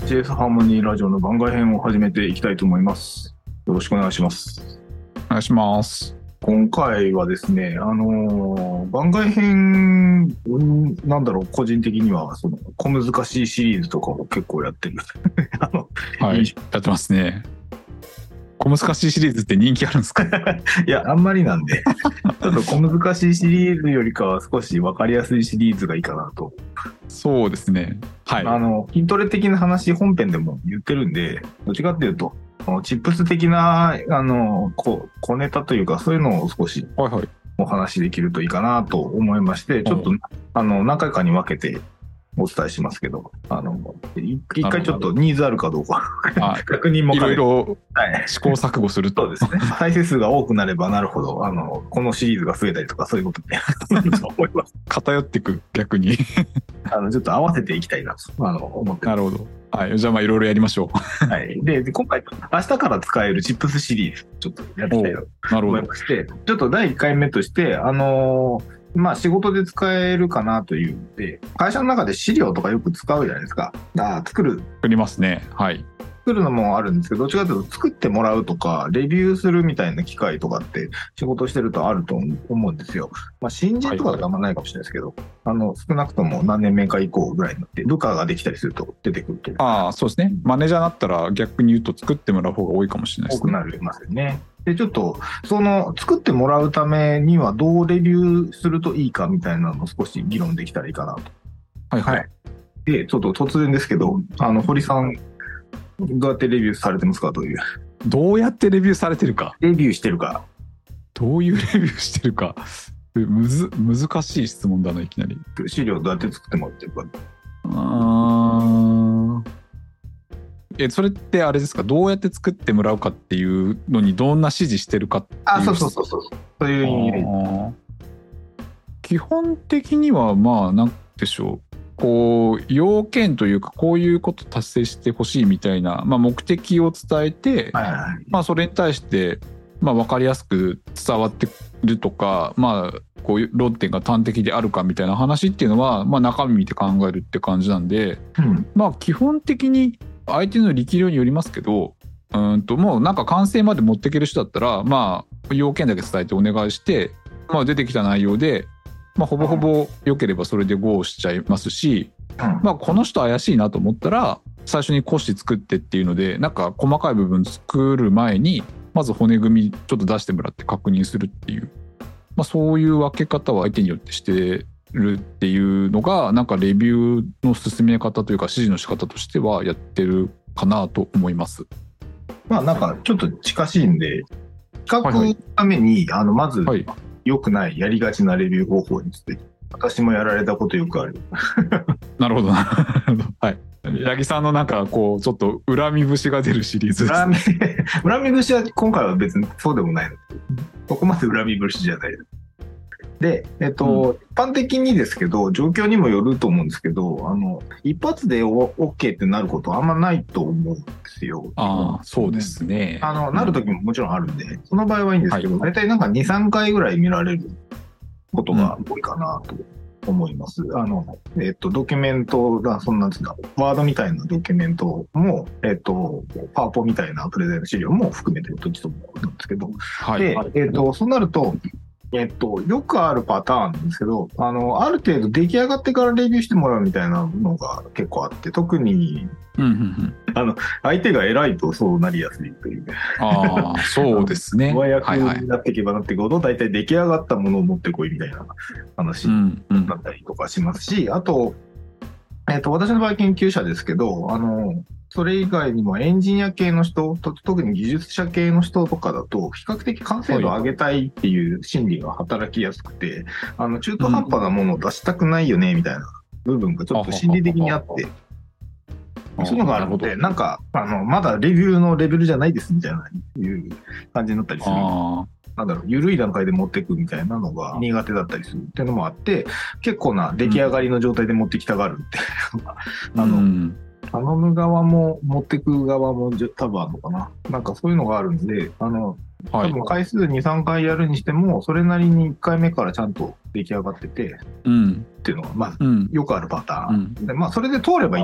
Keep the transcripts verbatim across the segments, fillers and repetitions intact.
ジェイエス ハーモニーラジオの番外編を始めていきたいと思います。よろしくお願いします。 お願いします。 今回はですね、あのー、番外編、なんだろう、個人的にはその小難しいシリーズとかを結構やってるあの、 はい、やってますね。小難しいシリーズって人気あるんですか？ いや、あんまりなんでちょっと小難しいシリーズよりかは少し分かりやすいシリーズがいいかなと。 そうですね。はい。 あの筋トレ的な話本編でも言ってるんで、どっちかっていうとチップス的なあの 小, 小ネタというかそういうのを少しお話しできるといいかなと思いまして、はいはい、ちょっとあの何回かに分けてお伝えしますけど、あの一回ちょっとニーズあるかどうか確認もいろいろ試行錯誤すると、 はい、そうですね。再生数が多くなればなるほど、あのこのシリーズが増えたりとかそういうことで思います。 偏っていく、逆にあのちょっと合わせていきたいなとあの思ってます。 なるほど。はい、じゃあまあいろいろやりましょう。 はい。で、で今回明日から使えるチップスシリーズちょっとやっていきたいと思いまして、ちょっとだいいっかいめとしてあのー。まあ仕事で使えるかなというんで、会社の中で資料とかよく使うじゃないですか。あ作る。 作りますね。はい。 作るのもあるんですけど、どっちかというと作ってもらうとか、レビューするみたいな機会とかって仕事してるとあると思うんですよ。まあ新人とかだとあんまないかもしれないですけど、はいはい、あの少なくとも何年目か以降ぐらいになって部下ができたりすると出てくると。 ああ、そうですね。マネージャーだったら逆に言うと作ってもらう方が多いかもしれないですね。 多くなりますよね。で、ちょっと、その、作ってもらうためにはどうレビューするといいかみたいなのを少し議論できたらいいかなと。 はいはい。はい、 で、ちょっと突然ですけど、あの、堀さん、どうやってレビューされてますかという。 どうやってレビューされてるか。 レビューしてるか。 どういうレビューしてるか。むず、難しい質問だな、いきなり。 資料どうやって作ってもらってるか。 あー。え、それってあれですか、どうやって作ってもらうかっていうのにどんな指示してるかっていう。 あ、そうそうそうそう。そういう意味で。 基本的にはまあなんでしょう。こう要件というかこういうこと達成してほしいみたいな、まあ、目的を伝えて、 はいはい、 まあそれに対してまあ分かりやすく伝わってるとか、まあこういう論点が端的であるかみたいな話っていうのは、まあ中身見て考えるって感じなんで、うん、まあ基本的に相手の力量によりますけど、うんともうなんか完成まで持っていける人だったら、まあ要件だけ伝えてお願いして、まあ出てきた内容で、まあほぼほぼ良ければそれで ゴー しちゃいますし、まあこの人怪しいなと思ったら最初に骨子作ってっていうので、なんか細かい部分作る前にまず骨組みちょっと出してもらって確認するっていう、まあそういう分け方は相手によってしてるっていうのが、なんかレビューの進め方というか指示の仕方としてはやってるかなと思います。 まあなんかちょっと近しいんで、比較のために、はいはい、あのまず良くないやりがちなレビュー方法について、私もやられたことよくある。 なるほどな。はい。八木さんのなんかこうちょっと恨み節が出るシリーズです、 恨み恨み節は今回は別にそうでもないので、ここまで恨み節じゃないです。で、えっと、うん、一般的にですけど、状況にもよると思うんですけど、あの、一発で OK ってなることはあんまないと思うんですよ。 ああ、そうですね。 あの、なる時ももちろんあるんで、その場合はいいんですけど、はい、大体なんかに、さんかいぐらい見られることが多いかなと思います。うん、あの、えっと、ドキュメントが、そんなんですか、ワードみたいなドキュメントも、えっと、パワポみたいなプレゼン資料も含めてどっちともなんですけど、はい、で、えっと、そうなると、えっと、よくあるパターンなんですけど、あの、ある程度出来上がってからレビューしてもらうみたいなのが結構あって、特に、 うんうんうん、 あの、相手が偉いとそうなりやすいという。 ああ、そうですね。 上役になっていけばなっていくほど、大体出来上がったものを持ってこいみたいな話だったりとかしますし、うんうん、あと、えっと、私の場合研究者ですけど、あの、それ以外にもエンジニア系の人、特に技術者系の人とかだと、比較的完成度を上げたいっていう心理が働きやすくて、あの中途半端なものを出したくないよねみたいな部分がちょっと心理的にあって、そういうのがあるので、なんかあのまだレビューのレベルじゃないですみたいないう感じになったりする。なんだろう、緩い段階で持っていくみたいなのが苦手だったりするっていうのもあって、結構な出来上がりの状態で持ってきたがるっていうのが、うん、あの、うん頼む側も持ってく側も多分あるのかな。なんかそういうのがあるんで、あの、多分回数に、さんかいやるにしても、それなりにいっかいめからちゃんと出来上がってて、うん、っていうのが、まあ、うん、よくあるパターン。うん、でまあ、それで通ればいいんです。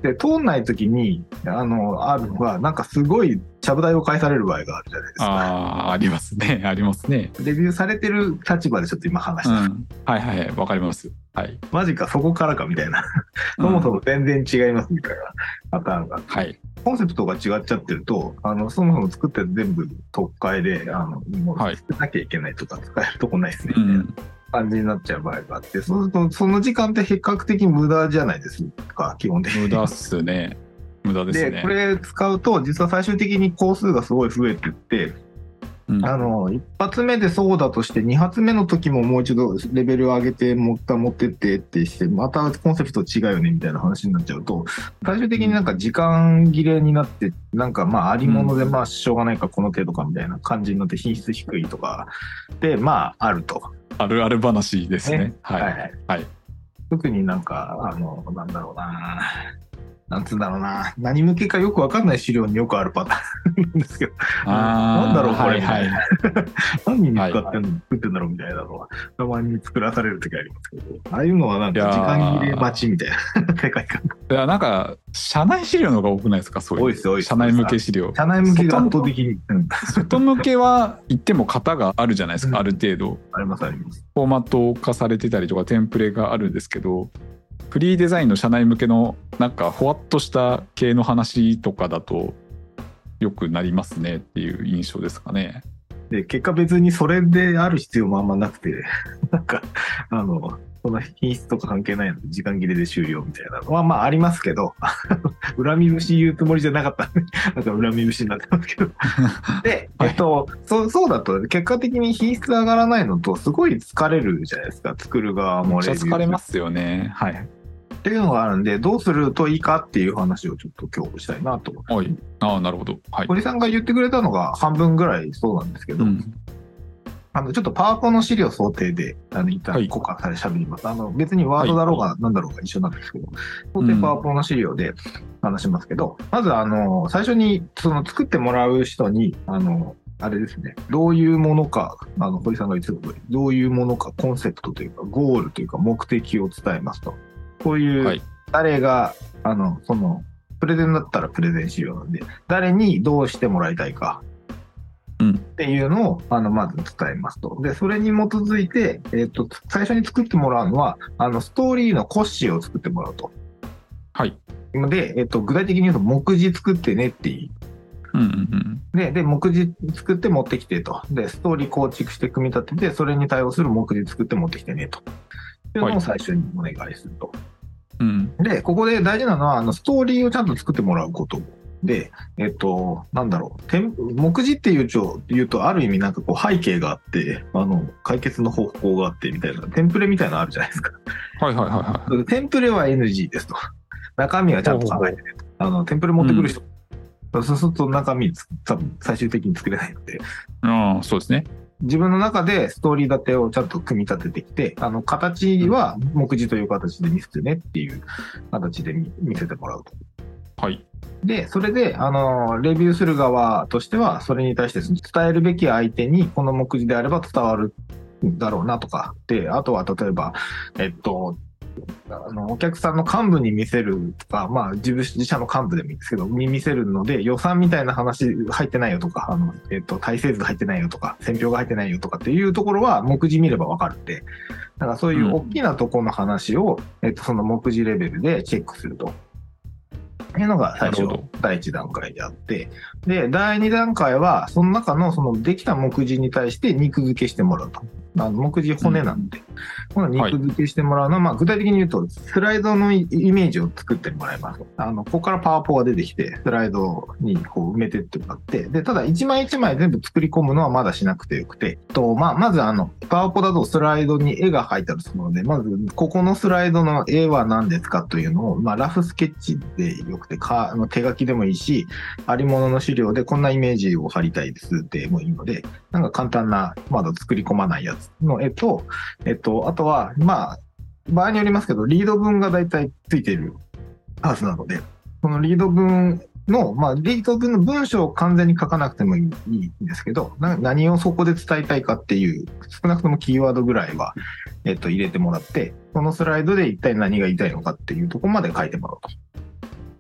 で、通んない時に、あの、あるのが、なんかすごい、ちゃぶ台を返される場合があるじゃないですか。 ああ、ありますね。ありますね。 レビューされてる立場でちょっと今話した。うん、 はいはい、わかります。はい。 マジか、そこからかみたいな。そもそも全然違いますみたいなパターンが。 はい。 コンセプトが違っちゃってると、あの、そもそも作ってる全部特会で、あの、もう、作らなきゃいけないとか、使えるとこないですね、みたいな感じになっちゃう場合があって、そうすると、その時間って比較的無駄じゃないですか、基本的に。 無駄っすね。無駄ですね。 で、これ使うと、実は最終的に工数がすごい増えてって、うん、あの、一発目でそうだとして、二発目の時ももう一度レベルを上げて、もう一回持ってってってして、またコンセプト違うよねみたいな話になっちゃうと、最終的になんか時間切れになって、なんかまあありものでまあしょうがないかこの程度かみたいな感じになって品質低いとかで、まああると。 あるある話ですね。ねはい、 はいはいはい。特になんか、あの、なんだろうな。なんつうんだろうな、何向けかよく分かんない資料によくあるパターンなんですけど、なんだろうこれ、はいはい、何に使ってんの、はい、作ってんだろうみたいなのはたまに作らされる時ありますけど、ああいうのはなんか時間切れ待ちみたいな世界観。 いやなんか社内資料の方が多くないですか、そういう。 多いです多いです。 社内向け資料。 社内向けが圧倒的に。 うん、外向けは言っても型があるじゃないですか、うん、ある程度。 ありますあります。 フォーマット化されてたりとかテンプレがあるんですけど。フリーデザインの社内向けのなんかほわっとした系の話とかだとよくなりますねっていう印象ですかね。 で結果別にそれである必要もあんまなくてなんかあのその品質とか関係ないので時間切れで終了みたいなのはまあありますけど恨み節言うつもりじゃなかったんでなんか恨み節になってますけどで、えっと、はい、そ, そうだと結果的に品質上がらないのとすごい疲れるじゃないですか、作る側もレビュー。 めっちゃ疲れますよね。はいっていうのがあるんで、どうするといいかっていう話をちょっと今日したいなと思って。 はい。ああ、なるほど。はい。 堀さんが言ってくれたのが半分ぐらいそうなんですけど、うん、あのちょっとパワポの資料想定で、あの一旦ここから喋ります。はい、あの別にワードだろうが何だろうが一緒なんですけど、はい、想定パワポの資料で話しますけど、うん、まずあの最初にその作ってもらう人に、あの、あれですね、どういうものか、あの堀さんが言ってた通り、どういうものかコンセプトというかゴールというか目的を伝えますと。こういう誰が、はい、あのそのプレゼンだったらプレゼン資料なんで誰にどうしてもらいたいかっていうのを、うん、あのまず伝えますと。でそれに基づいて、えー、と最初に作ってもらうのはあのストーリーの骨子を作ってもらうと。 はい。 で、えー、と具体的に言うと目次作ってねっていう。 うんうんうん、 で, で目次作って持ってきてと。でストーリー構築して組み立ててそれに対応する目次作って持ってきてねと。っていうのを最初にお願いすると。はい。うん、で、ここで大事なのは、あの、ストーリーをちゃんと作ってもらうことで、えっと、なんだろう、目次っていうと、言うと、ある意味なんかこう背景があって、あの、解決の方法があってみたいな、テンプレみたいなのあるじゃないですか。 はいはいはいはい。 テンプレは エヌジー ですと。中身はちゃんと考えてねと。あの、テンプレ持ってくる人、うん、そうすると中身多分最終的に作れないので。 ああ、そうですね。 自分の中でストーリー立てをちゃんと組み立ててきて、あの、形は目次という形で見せてねっていう形で 見, 見せてもらうと。 はい。 で、それで、あの、レビューする側としては、それに対して伝えるべき相手に、この目次であれば伝わるんだろうなとか、で、あとは例えば、えっと、あのお客さんの幹部に見せるとか、まあ、自分自社の幹部でもいいんですけど、に見せるので、予算みたいな話入ってないよとか、あの、えっと、体制図入ってないよとか、選票が入ってないよとかっていうところは、目次見ればわかるんで、だからそういう大きなところの話を、うん、えっと、その目次レベルでチェックすると。いうのが最初の第一段階であって、で、第二段階は、その中のそのできた目次に対して肉付けしてもらうと。あの目次骨なんで、うん、この肉付けしてもらうのは、まあ、具体的に言うと、スライドのイメージを作ってもらいます。あの、ここからパワポが出てきて、スライドにこう埋めてってもらって、で、ただ一枚一枚全部作り込むのはまだしなくてよくて、と、まあ、まずあの、パワポだとスライドに絵が描いてあるので、まず、ここのスライドの絵は何ですかというのを、まあ、ラフスケッチでよくて、か、あの手書きでもいいし、ありものの資料でこんなイメージを貼りたいですでもいいので、なんか簡単な、まだ作り込まないやつの絵と、えっと、あとは、まあ、場合によりますけど、リード文がだいたいついているはずなので、このリード文の、まあ、リード文の文章を完全に書かなくてもいいんですけど、な何をそこで伝えたいかっていう、少なくともキーワードぐらいは、えっと、入れてもらって、このスライドで一体何が言いたいのかっていうところまで書いてもらうと。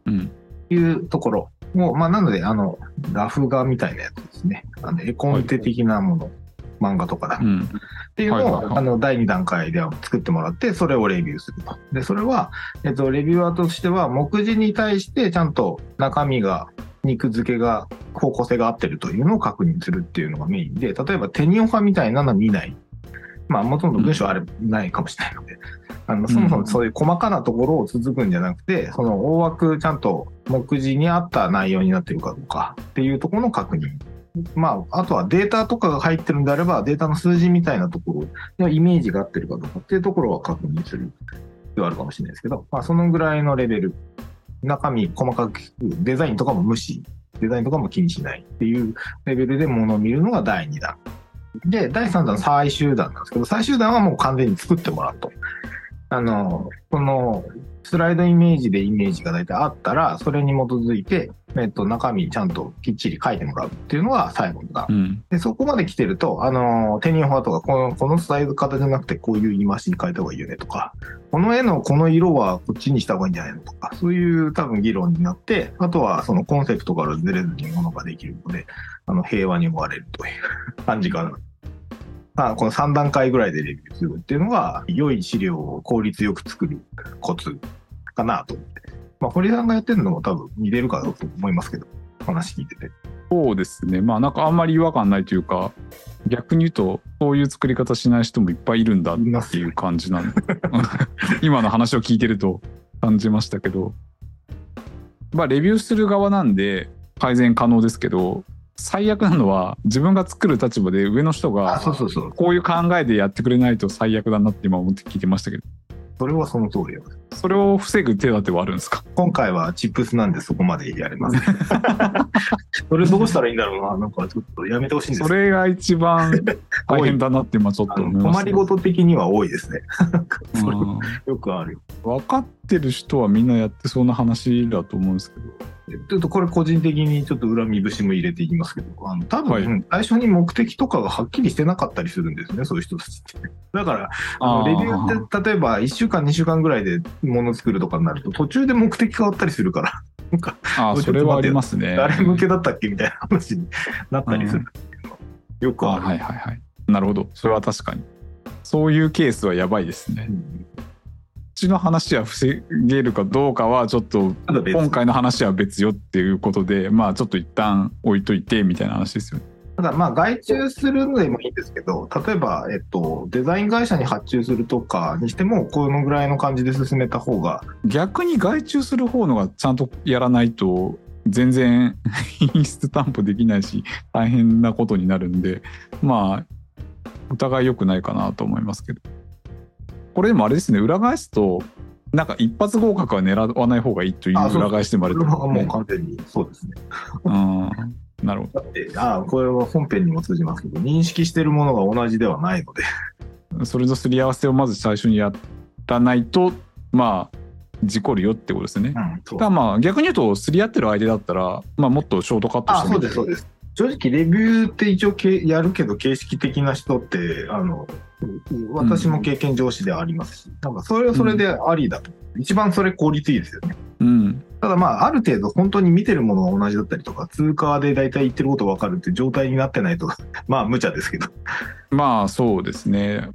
いうところを、まあ、なので、あの、ラフ画みたいなやつですね。あの絵コンテ的なもの、はい、漫画とかだ、うん、っていうのを、はいはいはい、あのだいに段階では作ってもらって、それをレビューすると。で、それは、えっと、レビューアーとしては、目次に対してちゃんと中身が、肉付けが、方向性が合ってるというのを確認するっていうのがメインで、例えばテニオハみたいなのは見ない。まあ、もともと文章あれないかもしれないので、あの、そもそもそういう細かなところを続くんじゃなくて、その大枠ちゃんと目次に合った内容になってるかどうかっていうところの確認。まあ、あとはデータとかが入ってるんであれば、データの数字みたいなところのイメージが合ってるかどうかっていうところは確認する必要があるかもしれないですけど、まあ、そのぐらいのレベル、中身細かく、デザインとかも無視、デザインとかも気にしないっていうレベルでものを見るのがだいにだん。で、だいさんだん最終段なんですけど、最終段はもう完全に作ってもらうと。あの、このスライドイメージでイメージが大体あったら、それに基づいて、えっと、中身ちゃんときっちり書いてもらうっていうのが最後の段。うん、で、そこまで来てると、あの、テニオファとか、この、このスライド型じゃなくてこういう言い回しに変えた方がいいよねとか、この絵のこの色はこっちにした方がいいんじゃないのとか、そういう多分議論になって、あとはそのコンセプトからずれずにものができるので、あの、平和に終われるという感じかな。まあ、このさん段階ぐらいでレビューするっていうのが、良い資料を効率よく作るコツかなと思って。まあ、堀さんがやってるのも多分似てるかと思いますけど、話聞いてて。 そうですね。まあ、なんかあんまり違和感ないというか、逆に言うと、そういう作り方しない人もいっぱいいるんだっていう感じなんで、今の話を聞いてると感じましたけど、まあ、レビューする側なんで改善可能ですけど、最悪なのは自分が作る立場で上の人がこういう考えでやってくれないと最悪だなって今思って聞いてましたけど、 それはその通りよ。 それを防ぐ手立てはあるんですか？ 今回はチップスなんでそこまでやれます。それどうしたらいいんだろうな。なんかちょっとやめてほしいんです。 それが一番大変だなって今ちょっと思いました。 困りごと的には多いですね。それよくあるよ。 分かってる人はみんなやってそうな話だと思うんですけど。 ちょっとこれ個人的にちょっと恨み節も入れていきますけど、あの多分最初に目的とかがはっきりしてなかったりするんですね、そういう人たちって。だからあのレビューって例えばいっしゅうかんにしゅうかんぐらいでもの作るとかになると途中で目的変わったりするから、なんかあそれはありますね。 誰向けだったっけみたいな話になったりするよくある。 はいはいはい。なるほど、それは確かにそういうケースはやばいですね。うん、うちの話は防げるかどうかはちょっと今回の話は別よっていうことで、まあちょっと一旦置いといてみたいな話ですよね。 ただまあ外注するのでもいいんですけど、例えばえっとデザイン会社に発注するとかにしてもこのぐらいの感じで進めた方が。 逆に外注する方のがちゃんとやらないと全然品質担保できないし大変なことになるんで、まあお互い良くないかなと思いますけど。これでもあれですね、裏返すとなんか一発合格は狙わない方がいいという裏返しでもあると思う、 ね、もう完全にそうですね。 うんなるほど。 だってあこれは本編にも通じますけど、認識しているものが同じではないのでそれのすり合わせをまず最初にやらないとまあ事故るよってことですね。うん、だまあ逆に言うとすり合ってる相手だったら、まあ、もっとショートカットしてみて。 あそうですそうです。正直レビューって一応やるけど形式的な人ってあの私も経験上司ではありますし、うん、なんかそれはそれでありだと、うん、一番それ効率いいですよね。うん、ただまあある程度本当に見てるものが同じだったりとか通過で大体言ってること分かるって状態になってないとまあ無茶ですけど。 まあそうですね。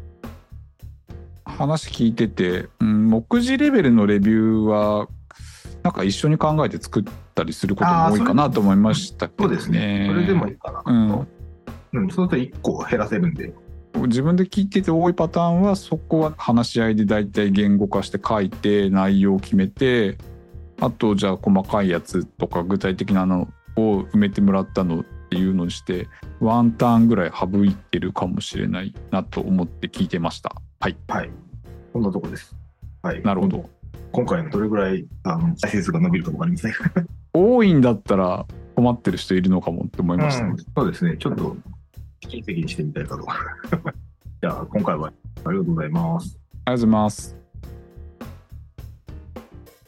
話聞いてて、うん、目次レベルのレビューはなんか一緒に考えて作ったりすることも多いかなと思いましたけどね。 そうですね。それでもいいかな。うん。うん、そうするといっこ減らせるんで。 自分で聞いてて多いパターンはそこは話し合いでだいたい言語化して書いて内容を決めて、あとじゃあ細かいやつとか具体的なのを埋めてもらったのっていうのにしてワンターンぐらい省いてるかもしれないなと思って聞いてました。はい。 はい。こんなとこです。はい。 なるほど。 今回のどれぐらいあの再生数が伸びるかもありません。 多いんだったら困ってる人いるのかもって思いました、ねうん、 そうですね。ちょっと引き継ぎにしてみたいかと。じゃあ今回はありがとうございます。 ありがとうございます。